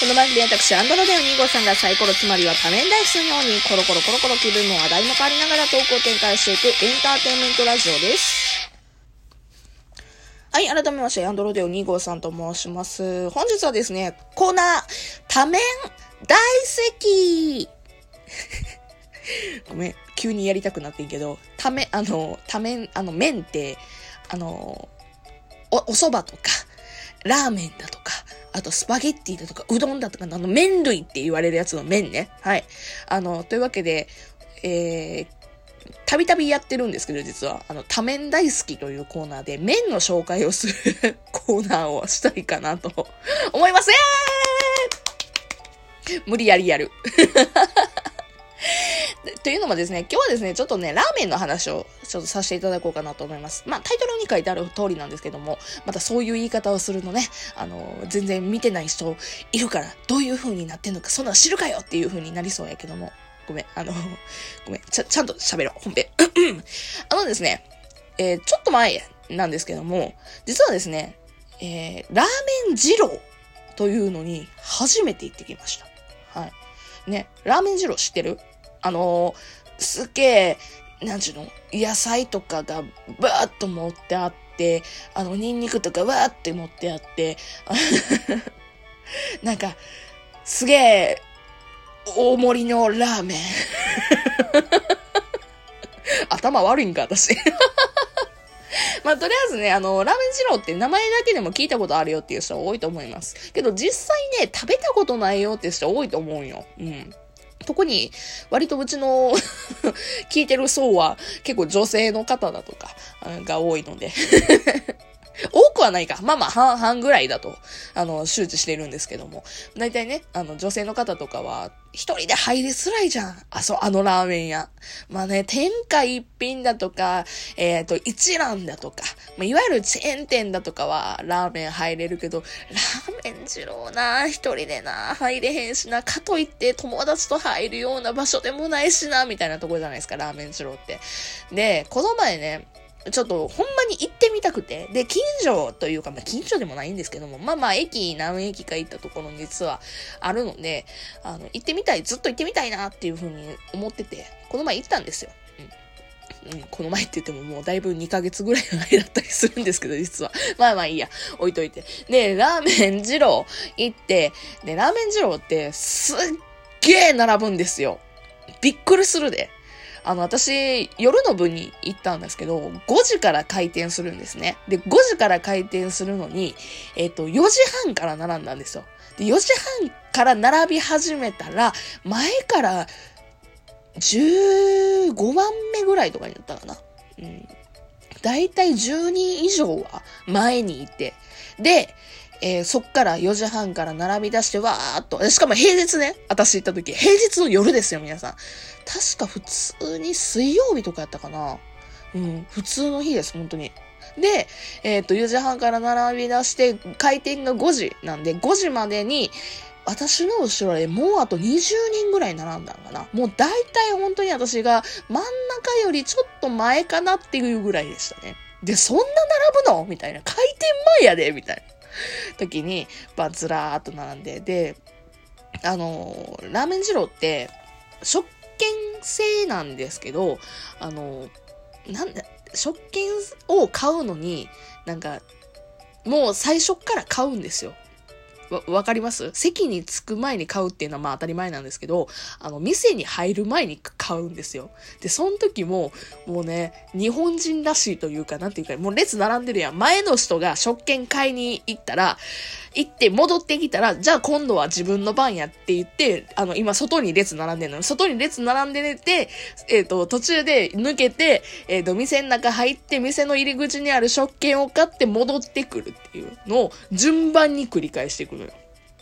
この番組は私、アンドロデオ2号さんがサイコロ、つまりは多面ダイスのようにコロコロ気分も話題も変わりながらトークを展開していくエンターテインメントラジオです。はい、改めまして、アンドロデオ2号さんと申します。本日はですね、コーナー、多面大好きごめん、急にやりたくなってんけど、麺って、お蕎麦とか、ラーメンだとか、あとスパゲッティだとか、うどんだとか、麺類って言われるやつの麺ね。はい。というわけで、たびたびやってるんですけど、実は、多麺大好きというコーナーで、麺の紹介をするコーナーをしたいかなと思います。無理やりやる。というのもですね、今日はですね、ちょっとね、ラーメンの話をちょっとさせていただこうかなと思います。まあ、タイトルに書いてある通りなんですけども、またそういう言い方をするのね、全然見てない人いるから、どういう風になってんのか、そんなの知るかよっていう風になりそうやけども、ごめん、ちゃんと喋ろう、本編。ですね、ちょっと前なんですけども、実はですね、ラーメン二郎というのに初めて行ってきました。はい。ね、ラーメン二郎知ってる？すっげえ、なんちゅうの、野菜とかがバーっと持ってあって、ニンニクとかバーって持ってあって、なんか、すげえ、大盛りのラーメン。頭悪いんか、私。まあ、とりあえずね、ラーメン二郎って名前だけでも聞いたことあるよっていう人多いと思います。けど、実際ね、食べたことないよっていう人多いと思うよ。うん。特に、割とうちの聞いてる層は結構女性の方だとかが多いので多くはないか。まあまあ、半々ぐらいだと、周知してるんですけども。だいたいね、女性の方とかは、一人で入りづらいじゃん。あのラーメン屋。まあね、天下一品だとか、一蘭だとか、まあ、いわゆるチェーン店だとかは、ラーメン入れるけど、ラーメン二郎な、一人でな、入れへんしな、かといって友達と入るような場所でもないしな、みたいなところじゃないですか、ラーメン二郎って。で、この前ね、ちょっとほんまに行ってみたくて。で、近所というか、まあ近所でもないんですけども、まあまあ何駅か行ったところに実はあるので、行ってみたい、ずっと行ってみたいなっていうふうに思ってて、この前行ったんですよ。この前って言ってももうだいぶ2ヶ月ぐらい前だったりするんですけど、実は。まあまあいいや、置いといて。で、ラーメン二郎行って、で、ラーメン二郎ってすっげー並ぶんですよ。びっくりするで。私、夜の部に行ったんですけど、5時から開店するんですね。で、5時から開店するのに、4時半から並んだんですよ。で、4時半から並び始めたら、前から15番目ぐらいとかになったかな。だいたい10人以上は前にいて、で、そっから4時半から並び出してわーっと、しかも平日ね、私行った時、平日の夜ですよ、皆さん。確か普通に水曜日とかやったかな。普通の日です、本当に。で、4時半から並び出して、開店が5時なんで、5時までに、私の後ろでもうあと20人ぐらい並んだのかな。もう大体本当に私が真ん中よりちょっと前かなっていうぐらいでしたね。で、そんな並ぶのみたいな。開店前やでみたいな。時に、ずらーっと並んで、で、ラーメン二郎って、食券制なんですけど、食券を買うのに、もう最初から買うんですよ。わかります？席に着く前に買うっていうのはまあ当たり前なんですけど、店に入る前に買うんですよ。で、その時もうね、日本人らしいというか、なんていうか、もう列並んでるやん。前の人が食券買いに行って戻ってきたら、じゃあ今度は自分の番やって言って、今外に列並んでるの。外に列並んでて、途中で抜けて、店の中入って、店の入り口にある食券を買って戻ってくるっていうのを順番に繰り返していくのよ。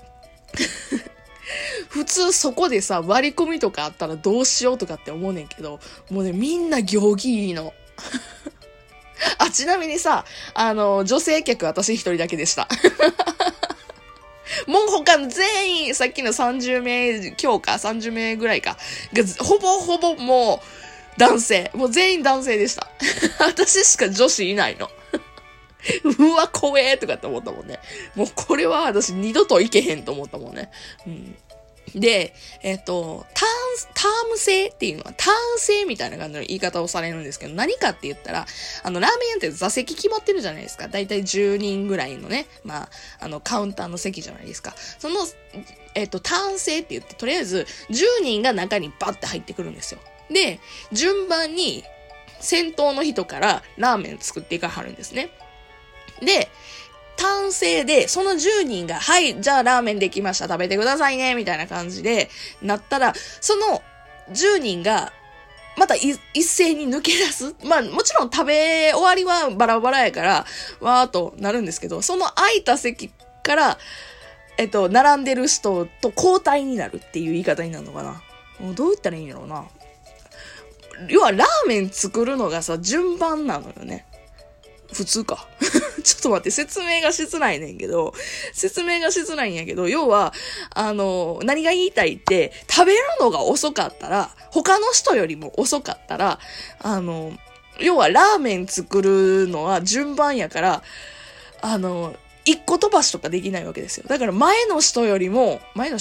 普通そこでさ、割り込みとかあったらどうしようとかって思うねんけど、もうね、みんな行儀いいの。ちなみにさ、女性客私一人だけでした。もう他の全員、さっきの30名強か、30名ぐらいか、が、ほぼもう、男性。もう全員男性でした。私しか女子いないの。 うわ、怖えとかって思ったもんね。もうこれは私二度と行けへんと思ったもんね。うん。で、ターム制っていうのは、ターン制みたいな感じの言い方をされるんですけど、何かって言ったら、ラーメン屋って座席決まってるじゃないですか。だいたい10人ぐらいのね、カウンターの席じゃないですか。その、ターン制って言って、とりあえず10人が中にバッて入ってくるんですよ。で、順番に、先頭の人からラーメン作っていかはるんですね。で、単性で、その10人が、はい、じゃあラーメンできました、食べてくださいね、みたいな感じで、なったら、その10人が、また一斉に抜け出す。もちろん食べ終わりはバラバラやから、わーっとなるんですけど、その空いた席から、並んでる人と交代になるっていう言い方になるのかな。もうどう言ったらいいんやろうな。要はラーメン作るのがさ、順番なのよね。普通か。ちょっと待って、説明がしづらいんやけど、要は、何が言いたいって、食べるのが遅かったら、他の人よりも遅かったら、要はラーメン作るのは順番やから、一個飛ばしとかできないわけですよ。だから後ろの人よりも、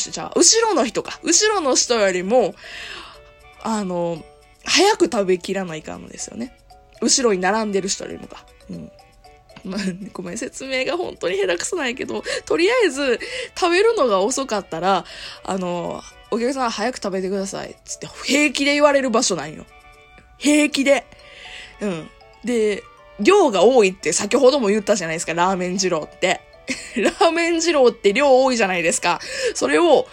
早く食べきらないかんのですよね。後ろに並んでる人よりもか。うん。ごめん、説明が本当に下手くそなんやけど、とりあえず、食べるのが遅かったら、お客さん早く食べてください。つって、平気で言われる場所なんよ。平気で。うん。で、量が多いって先ほども言ったじゃないですか、ラーメン二郎って。ラーメン二郎って量多いじゃないですか。それを、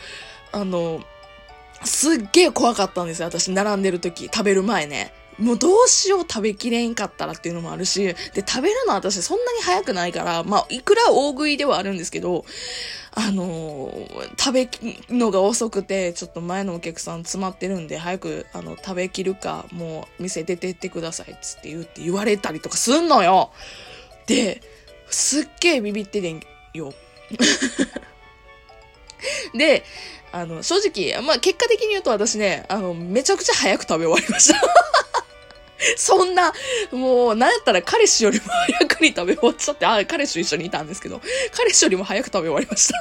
すっげえ怖かったんですよ、私、並んでる時、食べる前ね。もうどうしよう食べきれんかったらっていうのもあるし、で、食べるのは私そんなに早くないから、いくら大食いではあるんですけど、食べのが遅くて、ちょっと前のお客さん詰まってるんで、早く、食べきるか、もう店出てってください、つって言われたりとかすんのよ。で、すっげえビビっててんよ。で、正直、結果的に言うと私ね、めちゃくちゃ早く食べ終わりました。そんな、もう、なんやったら彼氏よりも早くに食べ終わっちゃって、彼氏と一緒にいたんですけど、彼氏よりも早く食べ終わりました。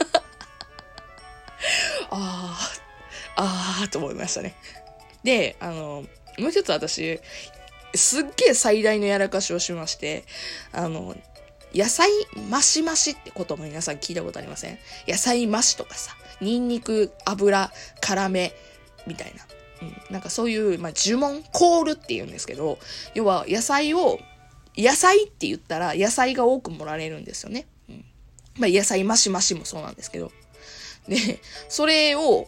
と思いましたね。で、もう一つ私、すっげえ最大のやらかしをしまして、野菜増し増しってことも皆さん聞いたことありません？野菜増しとかさ、ニンニク、油、辛め、みたいな。なんかそういう、呪文、コールって言うんですけど、要は野菜って言ったら野菜が多く盛られるんですよね。野菜増し増しもそうなんですけど。で、それを、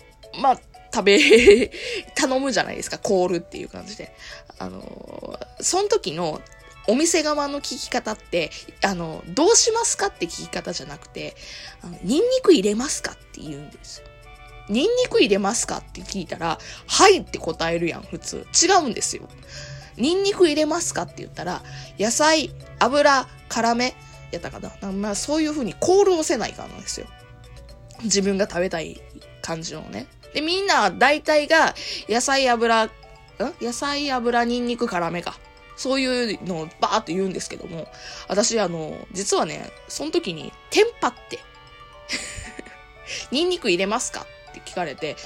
頼むじゃないですか、コールっていう感じで。その時のお店側の聞き方って、どうしますかって聞き方じゃなくて、ニンニク入れますかって言うんですよ。ニンニク入れますかって聞いたら、はいって答えるやん、普通。違うんですよ。ニンニク入れますかって言ったら、野菜、油、辛めやったかな。そういう風にコールをせないかんのですよ。自分が食べたい感じのね。で、みんな大体が野菜、油、ニンニク、辛めか。そういうのをバーっと言うんですけども、私実はね、その時にテンパって、ニンニク入れますかって聞かれて、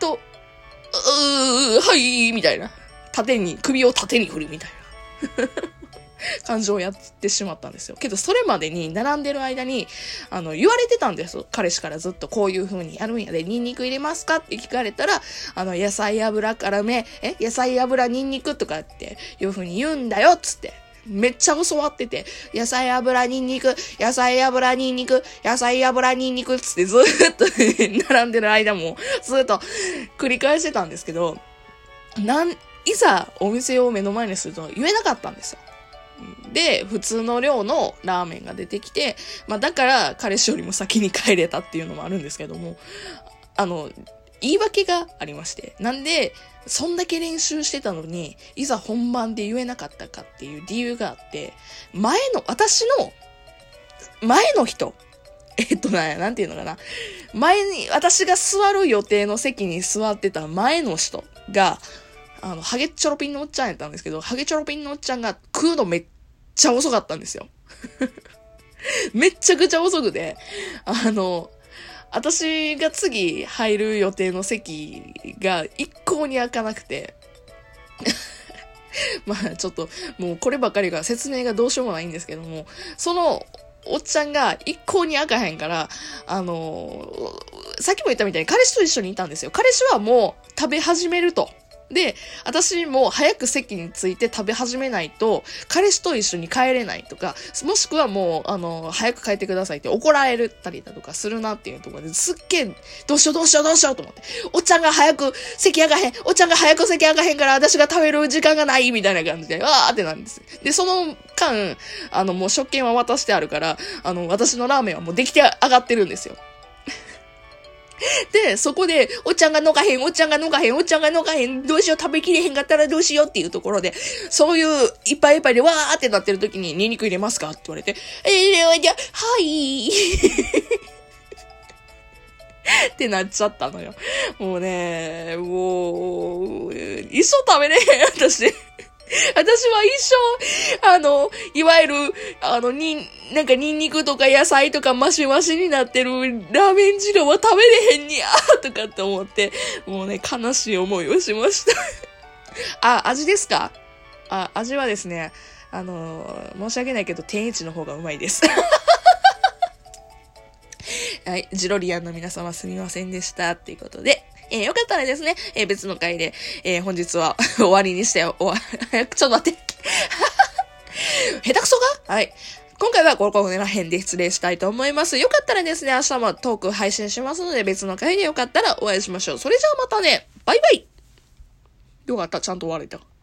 はいみたいな。首を縦に振るみたいな感じをやってしまったんですよ。けどそれまでに並んでる間に、言われてたんですよ。彼氏からずっとこういう風にやるんやで、ニンニク入れますかって聞かれたら、野菜油辛め、野菜油ニンニクとかっていう風に言うんだよっつって。めっちゃ教わってて、野菜油ニンニク、野菜油ニンニク、野菜油ニンニクっつってずーっと並んでる間もずーっと繰り返してたんですけど、いざお店を目の前にすると言えなかったんですよ。で、普通の量のラーメンが出てきて、だから彼氏よりも先に帰れたっていうのもあるんですけども、言い訳がありまして。なんで、そんだけ練習してたのに、いざ本番で言えなかったかっていう理由があって、私の前の人、なんていうのかな。私が座る予定の席に座ってた前の人が、ハゲチョロピンのおっちゃんやったんですけど、ハゲチョロピンのおっちゃんが食うのめっちゃ遅かったんですよ。 めっちゃくちゃ遅くて、私が次入る予定の席が一向に開かなくて、まあちょっともうこればっかりが説明がどうしようもないんですけども、そのおっちゃんが一向に開かへんから、さっきも言ったみたいに彼氏と一緒にいたんですよ。彼氏はもう食べ始めると。で、私も早く席に着いて食べ始めないと、彼氏と一緒に帰れないとか、もしくはもう、早く帰ってくださいって怒られたりだとかするなっていうところですっげえ、どうしようと思って。おっちゃんが早く席上がへんから私が食べる時間がないみたいな感じで、わーってなるんです。で、その間、もう食券は渡してあるから、私のラーメンはもう出来上がってるんですよ。で、そこで、おっちゃんがのかへん、どうしよう、食べきれへんかったらどうしようっていうところで、そういういっぱいいっぱいでわーってなってる時に、ニンニク入れますかって言われて、じゃあ、はいってなっちゃったのよ。もうね、一生食べれへん、私。私は一生、いわゆる、なんかニンニクとか野菜とかマシマシになってるラーメン汁は食べれへんにゃーとかって思って、もうね、悲しい思いをしました。味ですか？味はですね、申し訳ないけど、天一の方がうまいです。はい、ジロリアンの皆様すみませんでした。っていうことで、よかったらですね、別の回で、本日は終わりにしてよ。ちょっと待って。下手くそか？はい。今回はここら辺で失礼したいと思います。よかったらですね、明日もトーク配信しますので、別の回でよかったらお会いしましょう。それじゃあまたね、バイバイ。よかった、ちゃんと終われた。